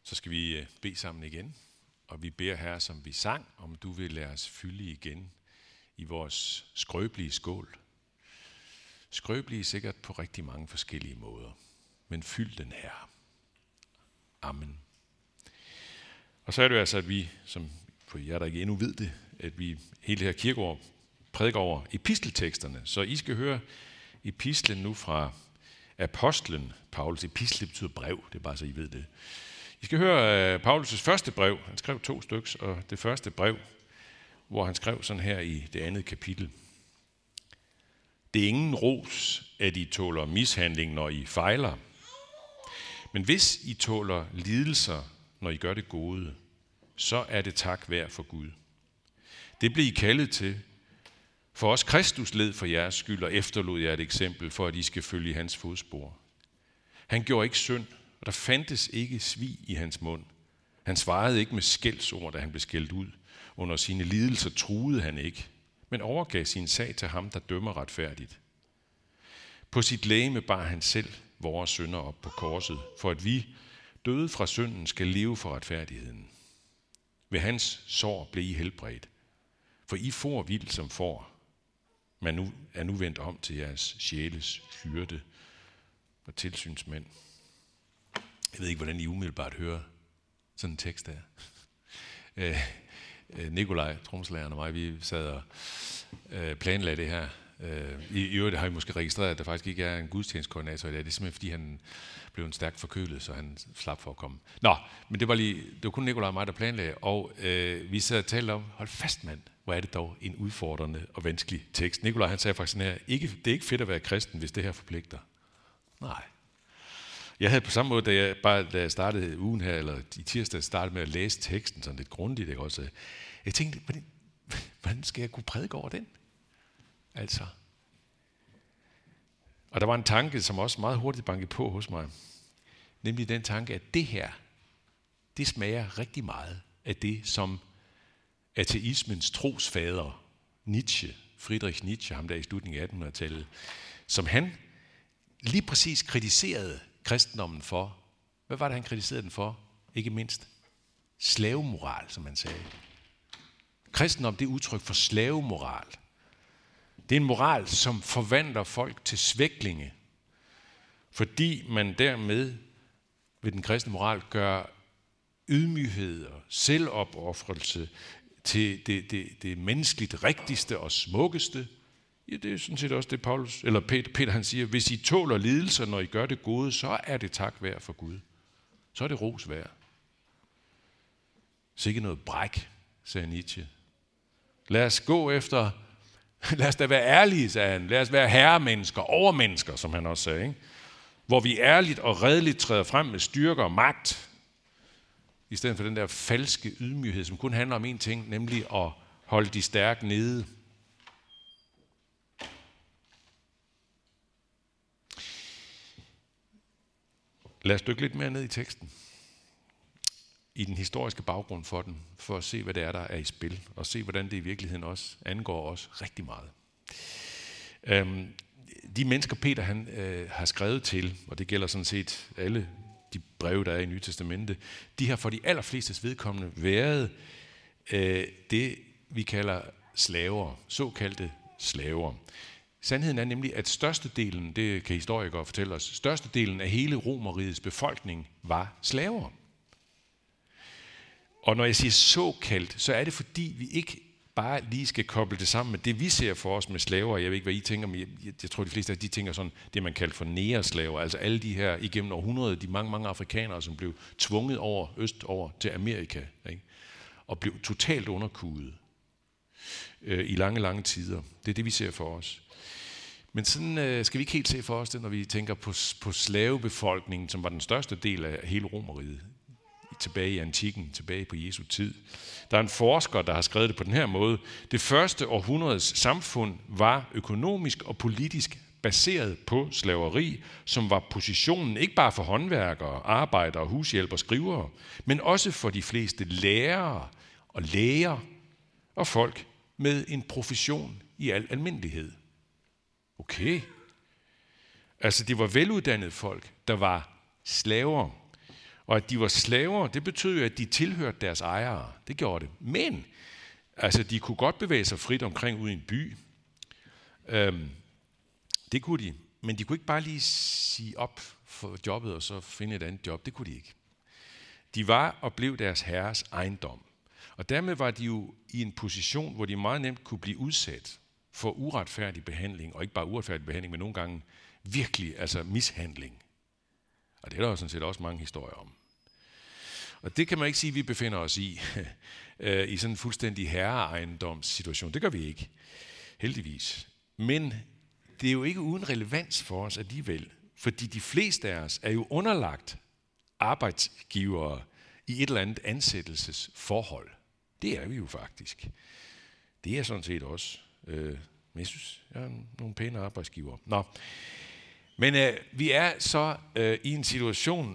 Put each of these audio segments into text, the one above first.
Så skal vi bede sammen igen, og vi beder Herre, som vi sang, om du vil lade os fylde igen i vores skrøbelige skål. Skrøbelige sikkert på rigtig mange forskellige måder, men fyld den her. Amen. Og så er det jo altså, at vi, som for jer der ikke endnu ved det, at vi hele det her kirkeår prædiker over epistelteksterne. Så I skal høre epistlen nu fra apostlen Paulus. Epistel betyder brev, det er bare så I ved det. I skal høre Paulus' første brev. Han skrev 2 stykker, og det første brev, hvor han skrev sådan her i det andet kapitel. Det er ingen ros, at I tåler mishandling, når I fejler. Men hvis I tåler lidelser, når I gør det gode, så er det tak værd for Gud. Det blev I kaldet til, for os Kristus led for jeres skyld og efterlod jer et eksempel, for at I skal følge hans fodspor. Han gjorde ikke synd, og der fandtes ikke svig i hans mund. Han svarede ikke med skældsord, da han blev skældt ud. Under sine lidelser truede han ikke, men overgav sin sag til ham, der dømmer retfærdigt. På sit legeme bar han selv vores synder op på korset, for at vi, døde fra synden, skal leve for retfærdigheden. Ved hans sår blev I helbredt, for I for vildt som får, men nu er nu vendt om til jeres sjæles hyrde og tilsynsmænd. Jeg ved ikke, hvordan I umiddelbart hører sådan en tekst der. Nikolaj, trommeslageren og mig, vi sad og planlagde det her. I øvrigt har I måske registreret, at der faktisk ikke er en gudstjenestkoordinator i dag. Det er simpelthen, fordi han blev en stærkt forkølet, så han slap for at komme. Nå, men det var kun Nikolaj og mig, der planlagde, og vi sad og talte om, hold fast mand, hvor er det dog en udfordrende og vanskelig tekst. Nikolaj, han sagde faktisk sådan her, det er ikke fedt at være kristen, hvis det her forpligter. Nej. Jeg havde på samme måde, da jeg startede ugen her, eller i tirsdag startede med at læse teksten sådan lidt grundigt, ikke også? Jeg tænkte, hvordan skal jeg kunne prædike over den? Altså. Og der var en tanke, som også meget hurtigt bankede på hos mig. Nemlig den tanke, at det her, det smager rigtig meget af det, som ateismens trosfader Nietzsche, Friedrich Nietzsche, ham der i slutningen af 1800-tallet, som han lige præcis kritiserede kristendommen for. Hvad var det, han kritiserede den for? Ikke mindst slavemoral, som han sagde. Kristendom, det er udtryk for slavemoral. Det er en moral, som forvandler folk til svæklinge, fordi man dermed ved den kristne moral gør ydmyghed og selvopoffrelse til det menneskeligt rigtigste og smukkeste. Ja, det er sådan set også det, Peter han siger. Hvis I tåler lidelser, når I gør det gode, så er det tak værd for Gud. Så er det ros værd. Så ikke noget bræk, sagde Nietzsche. Lad os da være ærlige, sagde han. Lad os være herremennesker, overmennesker, som han også sagde. Ikke? Hvor vi ærligt og redeligt træder frem med styrke og magt, i stedet for den der falske ydmyghed, som kun handler om én ting, nemlig at holde de stærke nede. Lad os dykke lidt mere ned i teksten. I den historiske baggrund for den, for at se, hvad det er, der er i spil, og se, hvordan det i virkeligheden også angår os rigtig meget. De mennesker, Peter han har skrevet til, og det gælder sådan set alle de breve, der er i Nye Testamente, de har for de allerflestes vedkommende været det, vi kalder slaver, såkaldte slaver. Sandheden er nemlig, at størstedelen, det kan historikere fortælle os, størstedelen af hele Romerrigets befolkning var slaver. Og når jeg siger såkaldt, så er det fordi, vi ikke bare lige skal koble det sammen med det, vi ser for os med slaver. Jeg ved ikke, hvad I tænker, men jeg tror, de fleste af de tænker sådan, det man kalder for negerslaver. Altså alle de her igennem århundreder, de mange afrikanere, som blev tvunget østover til Amerika, ikke? Og blev totalt underkuet i lange tider. Det er det, vi ser for os. Men sådan skal vi ikke helt se for os det, når vi tænker på slavebefolkningen, som var den største del af hele Romerriget. Tilbage i antikken, tilbage på Jesu tid. Der er en forsker, der har skrevet det på den her måde. Det første århundredes samfund var økonomisk og politisk baseret på slaveri, som var positionen ikke bare for håndværkere, arbejdere, hushjælpere og skrivere, men også for de fleste lærere og læger og folk med en profession i al almindelighed. Okay. Altså det var veluddannede folk, der var slaver. Og at de var slaver, det betød jo, at de tilhørte deres ejere. Det gjorde det. Men altså, de kunne godt bevæge sig frit omkring ude i en by. Det kunne de. Men de kunne ikke bare lige sige op for jobbet og så finde et andet job. Det kunne de ikke. De var og blev deres herres ejendom. Og dermed var de jo i en position, hvor de meget nemt kunne blive udsat for uretfærdig behandling. Og ikke bare uretfærdig behandling, men nogle gange virkelig altså mishandling. Og det er der jo sådan set også mange historier om. Og det kan man ikke sige, at vi befinder os i sådan en fuldstændig herreejendomssituation. Det gør vi ikke, heldigvis. Men det er jo ikke uden relevans for os alligevel, fordi de fleste af os er jo underlagt arbejdsgivere i et eller andet ansættelsesforhold. Det er vi jo faktisk. Det er sådan set også. Men jeg synes, jeg er nogle pæne arbejdsgivere. Nå. Men vi er så i en situation,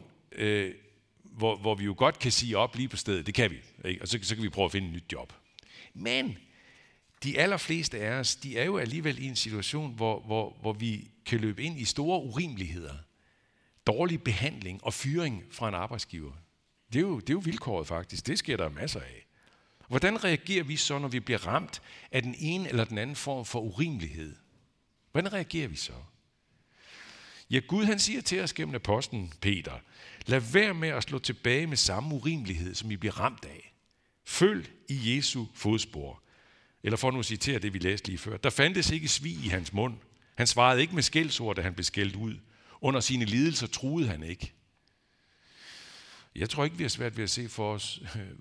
hvor vi jo godt kan sige op lige på stedet. Det kan vi. Ikke? Og så kan vi prøve at finde et nyt job. Men de allerfleste af os, de er jo alligevel i en situation, hvor vi kan løbe ind i store urimeligheder. Dårlig behandling og fyring fra en arbejdsgiver. Det er jo vilkåret faktisk. Det sker der masser af. Hvordan reagerer vi så, når vi bliver ramt af den ene eller den anden form for urimelighed? Hvordan reagerer vi så? Ja, Gud han siger til os gennem apostlen Peter, lad være med at slå tilbage med samme urimelighed, som I bliver ramt af. Følg i Jesu fodspor. Eller for nu at citere det, vi læste lige før. Der fandtes ikke svig i hans mund. Han svarede ikke med skældsord, da han blev skældt ud. Under sine lidelser truede han ikke. Jeg tror ikke, vi har svært ved at se for os,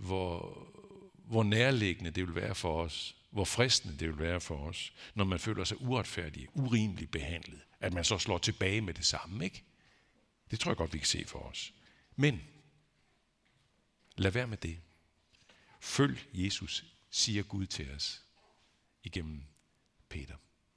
hvor nærliggende det vil være for os, hvor fristende det vil være for os, når man føler sig uretfærdig, urimelig behandlet, at man så slår tilbage med det samme, ikke? Det tror jeg godt, vi kan se for os. Men lad være med det. Følg Jesus, siger Gud til os igennem Peter.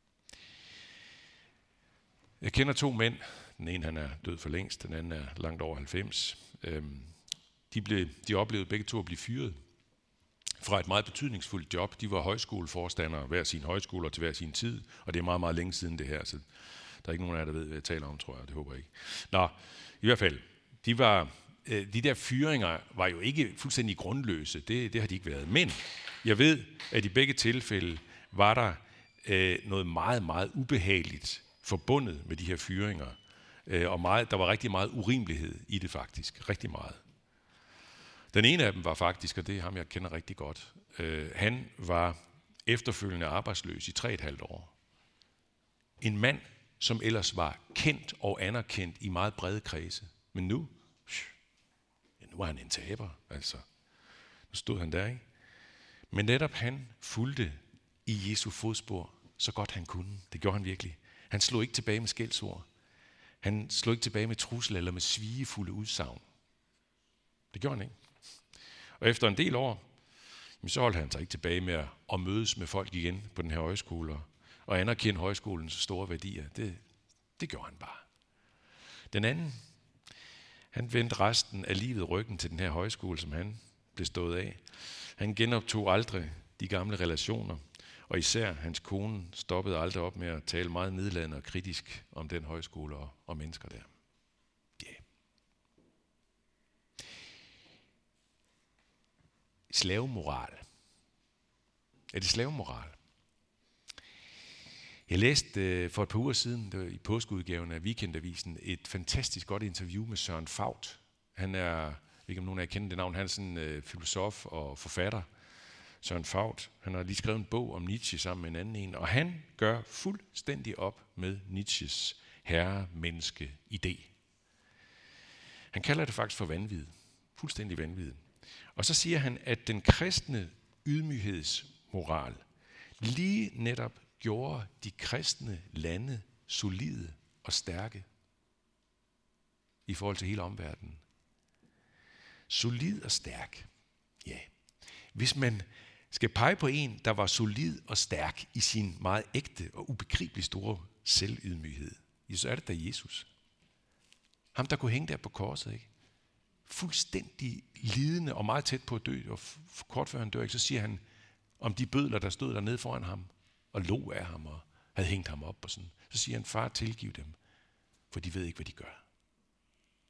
Jeg kender 2 mænd. Den ene han er død for længst, den anden er langt over 90. De oplevede begge to at blive fyret fra et meget betydningsfuldt job. De var højskoleforstandere, hver sin højskole til hver sin tid, og det er meget, meget længe siden det her, så der er ikke nogen af jer, der ved, hvad jeg taler om, tror jeg, det håber jeg ikke. Nå, i hvert fald, de der fyringer var jo ikke fuldstændig grundløse, det har de ikke været. Men jeg ved, at i begge tilfælde var der noget meget, meget ubehageligt forbundet med de her fyringer, og der var rigtig meget urimelighed i det faktisk, rigtig meget. Den ene af dem var faktisk, og det er ham, jeg kender rigtig godt, han var efterfølgende arbejdsløs i 3,5 år. En mand, som ellers var kendt og anerkendt i meget brede kredse. Men nu var han en taber, altså. Nu stod han der, ikke? Men netop han fulgte i Jesu fodspor, så godt han kunne. Det gjorde han virkelig. Han slog ikke tilbage med skældsord. Han slog ikke tilbage med trussel eller med svigefulde udsagn. Det gjorde han ikke. Og efter en del år, så holdt han sig ikke tilbage med at mødes med folk igen på den her højskole og anerkende højskolens store værdier. Det gjorde han bare. Den anden, han vendte resten af livet ryggen til den her højskole, som han blev stået af. Han genoptog aldrig de gamle relationer, og især hans kone stoppede aldrig op med at tale meget nedladende og kritisk om den højskole og mennesker der. Yeah. Slavemoral. Er det slavemoral? Jeg læste for et par uger siden i påskeudgaven af Weekendavisen et fantastisk godt interview med Søren Fauth. Han er, jeg ved ikke om nogen af jer kender det navn, han er sådan en filosof og forfatter. Søren Fauth, han har lige skrevet en bog om Nietzsche sammen med en anden en, og han gør fuldstændig op med Nietzsches herre-menneske-idé. Han kalder det faktisk for vanvid. Fuldstændig vanvid. Og så siger han, at den kristne ydmyghedsmoral lige netop gjorde de kristne lande solide og stærke i forhold til hele omverdenen. Solid og stærk. Ja. Yeah. Hvis man skal pege på en, der var solid og stærk i sin meget ægte og ubegribelig store selvydmyghed, så er det da Jesus. Ham, der kunne hænge der på korset, ikke? Fuldstændig lidende og meget tæt på at dø, og kort før han dør, ikke? Så siger han om de bødler, der stod dernede foran ham, og lå af ham og havde hængt ham op og sådan. Så siger han, far, tilgiv dem, for de ved ikke, hvad de gør.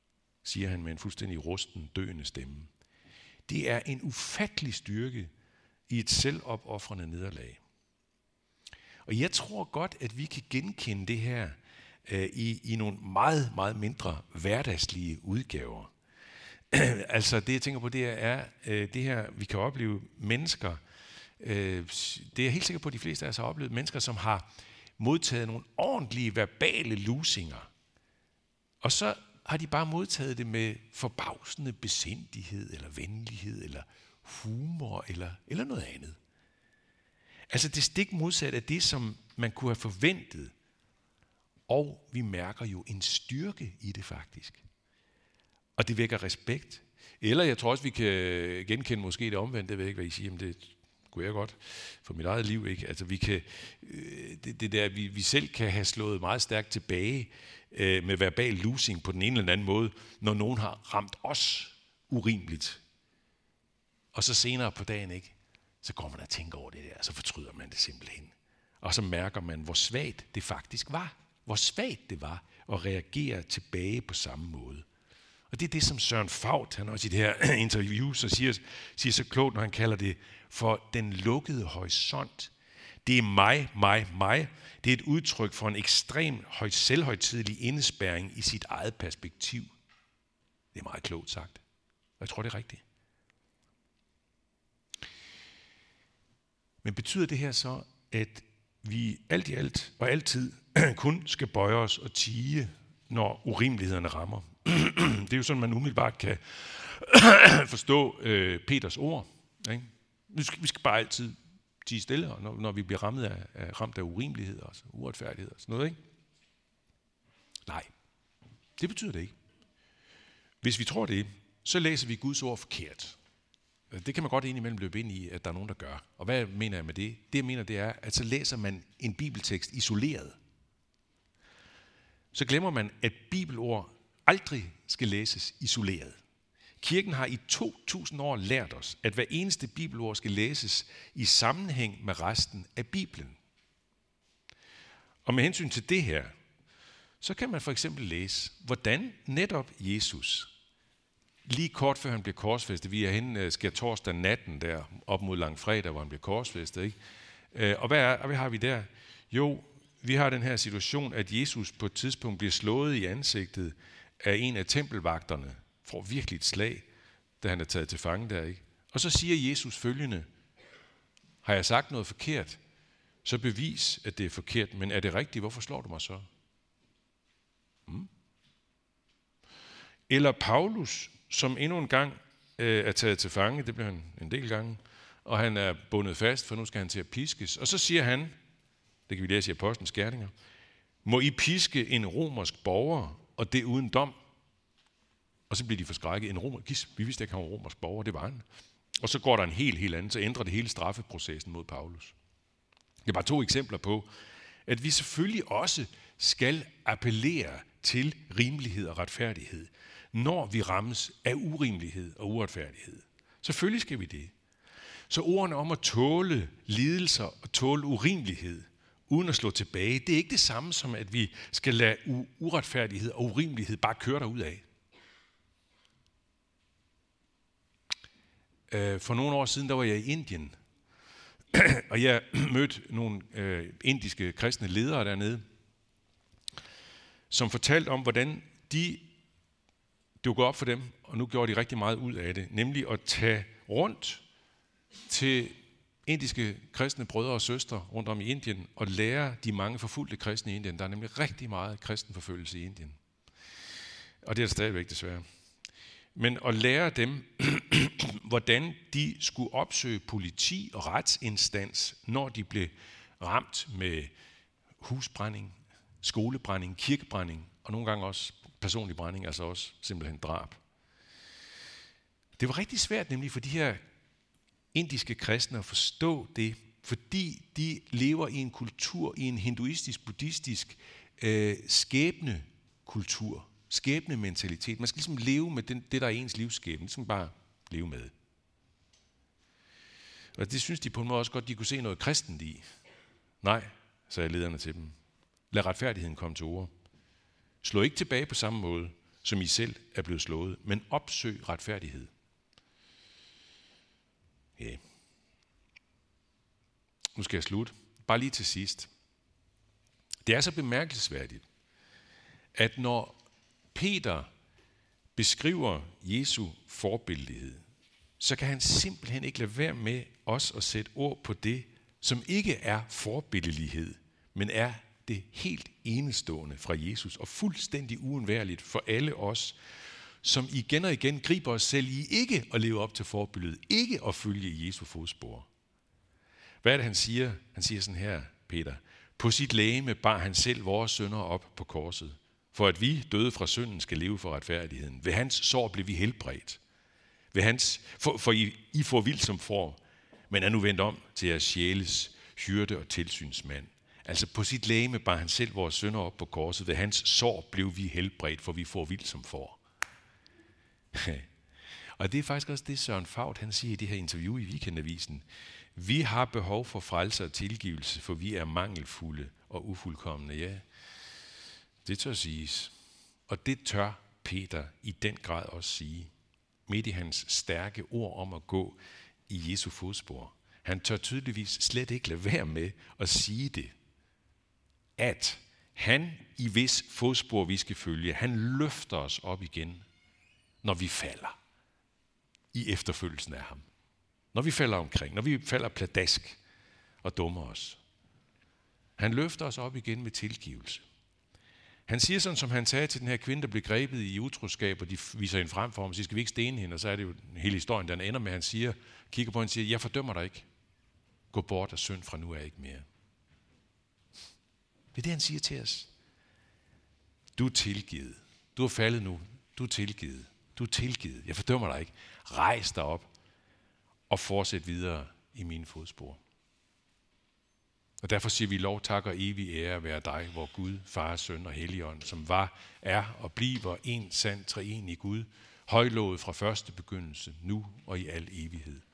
siger han med en fuldstændig rusten, døende stemme. Det er en ufattelig styrke i et selvopofrende nederlag. Og jeg tror godt, at vi kan genkende det her i nogle meget, meget mindre hverdagslige udgaver. Altså det, jeg tænker på, det er det her, vi kan opleve mennesker. Det er jeg helt sikker på, at de fleste af os har oplevet. Mennesker, som har modtaget nogle ordentlige verbale lusinger. Og så har de bare modtaget det med forbavsende besindighed, eller venlighed, eller humor, eller noget andet. Altså det stik modsat af det, som man kunne have forventet. Og vi mærker jo en styrke i det faktisk. Og det vækker respekt. Eller jeg tror også, vi kan genkende måske det omvendte. Jeg ved ikke, hvad I siger, men det kunne jeg godt for mit eget liv. Ikke? Altså vi kan, det der, vi selv kan have slået meget stærkt tilbage med verbal losing på den ene eller anden måde, når nogen har ramt os urimeligt. Og så senere på dagen, ikke, så går man og tænker over det der, og så fortryder man det simpelthen. Og så mærker man, hvor svagt det faktisk var. Hvor svagt det var at reagere tilbage på samme måde. Og det er det, som Søren Fauth, han også i det her interview, så siger så klogt, når han kalder det for den lukkede horisont. Det er mig. Det er et udtryk for en ekstrem selvhøjtidelig indespærring i sit eget perspektiv. Det er meget klogt sagt. Og jeg tror, det er rigtigt. Men betyder det her så, at vi alt i alt og altid kun skal bøje os og tie, når urimelighederne rammer? Det er jo sådan, man umiddelbart kan forstå Peters ord. Ikke? Vi skal bare altid tie stille, når vi bliver ramt af urimelighed og uretfærdighed og sådan noget. Ikke? Nej, det betyder det ikke. Hvis vi tror det, så læser vi Guds ord forkert. Det kan man godt indimellem løbe ind i, at der er nogen, der gør. Og hvad mener jeg med det? Det jeg mener, det er, at så læser man en bibeltekst isoleret. Så glemmer man, at bibelord aldrig skal læses isoleret. Kirken har i 2000 år lært os, at hver eneste bibelord skal læses i sammenhæng med resten af Bibelen. Og med hensyn til det her, så kan man for eksempel læse, hvordan netop Jesus, lige kort før han blev korsfæstet, vi er henne skærtorsdag natten der, op mod langfredag, hvor han blev korsfæstet, ikke? Og hvad har vi der? Jo, vi har den her situation, at Jesus på et tidspunkt bliver slået i ansigtet af en af tempelvagterne, får virkelig et slag, da han er taget til fange der, ikke? Og så siger Jesus følgende: har jeg sagt noget forkert, så bevis, at det er forkert, men er det rigtigt, hvorfor slår du mig så? Eller Paulus, som endnu en gang er taget til fange, det bliver han en del gange, og han er bundet fast, for nu skal han til at piskes. Og så siger han, det kan vi læse i Apostlenes Gerninger, må I piske en romersk borger, og det uden dom. Og så bliver de forskrækket. En romer, vi vidste ikke, han var romersk borger, det var han. Og så går der en helt anden, så ændrer det hele straffeprocessen mod Paulus. Det er bare 2 eksempler på, at vi selvfølgelig også skal appellere til rimelighed og retfærdighed, når vi rammes af urimelighed og uretfærdighed. Selvfølgelig skal vi det. Så ordene om at tåle lidelser og tåle urimelighed, uden at slå tilbage, det er ikke det samme som, at vi skal lade uretfærdighed og urimelighed bare køre derudad. For nogle år siden, der var jeg i Indien, og jeg mødte nogle indiske kristne ledere dernede, som fortalte om, hvordan det var gået op for dem, og nu gjorde de rigtig meget ud af det, nemlig at tage rundt til indiske kristne brødre og søstre rundt om i Indien, og lære de mange forfulgte kristne i Indien. Der er nemlig rigtig meget kristenforfølgelse i Indien. Og det er der stadigvæk desværre. Men at lære dem, hvordan de skulle opsøge politi og retsinstans, når de blev ramt med husbrænding, skolebrænding, kirkebrænding, og nogle gange også personlig brænding, altså også simpelthen drab. Det var rigtig svært nemlig for de her indiske kristne at forstå det, fordi de lever i en kultur, i en hinduistisk, buddhistisk skæbnekultur, skæbnementalitet. Man skal ligesom leve med det, der er ens livsskæbne. Det skal man bare leve med. Og det synes de på en måde også godt, de kunne se noget kristent i. Nej, sagde lederne til dem. Lad retfærdigheden komme til ord. Slå ikke tilbage på samme måde. som I selv er blevet slået, men opsøg retfærdighed. Ja. Nu skal jeg slutte. Bare lige til sidst. Det er så bemærkelsesværdigt, at når Peter beskriver Jesu forbillighed, så kan han simpelthen ikke lade være med os at sætte ord på det, som ikke er forbilledlighed, men er det helt enestående fra Jesus, og fuldstændig uundværligt for alle os, som igen og igen griber os selv i ikke at leve op til forbilledet, ikke at følge Jesu fodspor. Hvad er det, han siger? Han siger sådan her, Peter: på sit legeme bar han selv vores synder op på korset, for at vi, døde fra synden, skal leve for retfærdigheden. Ved hans sår blev vi helbredt. For I får vildt som får, men er nu vendt om til jeres sjæles hyrde og tilsynsmand. Altså på sit legeme bar han selv vores synder op på korset. Ved hans sår blev vi helbredt, for vi får vildt som får. Og det er faktisk også det, Søren Fauth, han siger i det her interview i Weekendavisen. Vi har behov for frelse og tilgivelse, for vi er mangelfulde og ufuldkomne. Ja, det tør siges. Og det tør Peter i den grad også sige. Midt i hans stærke ord om at gå i Jesu fodspor. Han tør tydeligvis slet ikke lade være med at sige det. At han, i hvis fodspor vi skal følge, han løfter os op igen, når vi falder i efterfølgelsen af ham. Når vi falder omkring, når vi falder pladask og dummer os. Han løfter os op igen med tilgivelse. Han siger sådan, som han sagde til den her kvinde, der blev grebet i utroskab, og de viser hende frem for ham, så skal vi ikke stene hende, og så er det jo hele historien, den ender med, at han siger, kigger på hende og siger, jeg fordømmer dig ikke. Gå bort af synd, fra nu af ikke mere. Det er det, han siger til os. Du er tilgivet. Du er faldet nu. Du er tilgivet. Du er tilgivet. Jeg fordømmer dig ikke. Rejs dig op og fortsæt videre i mine fodspor. Og derfor siger vi lov, tak og evig ære være dig, vor Gud, Far, Søn og Helligånd, som var, er og bliver en sand treenig Gud, højlovet fra første begyndelse, nu og i al evighed.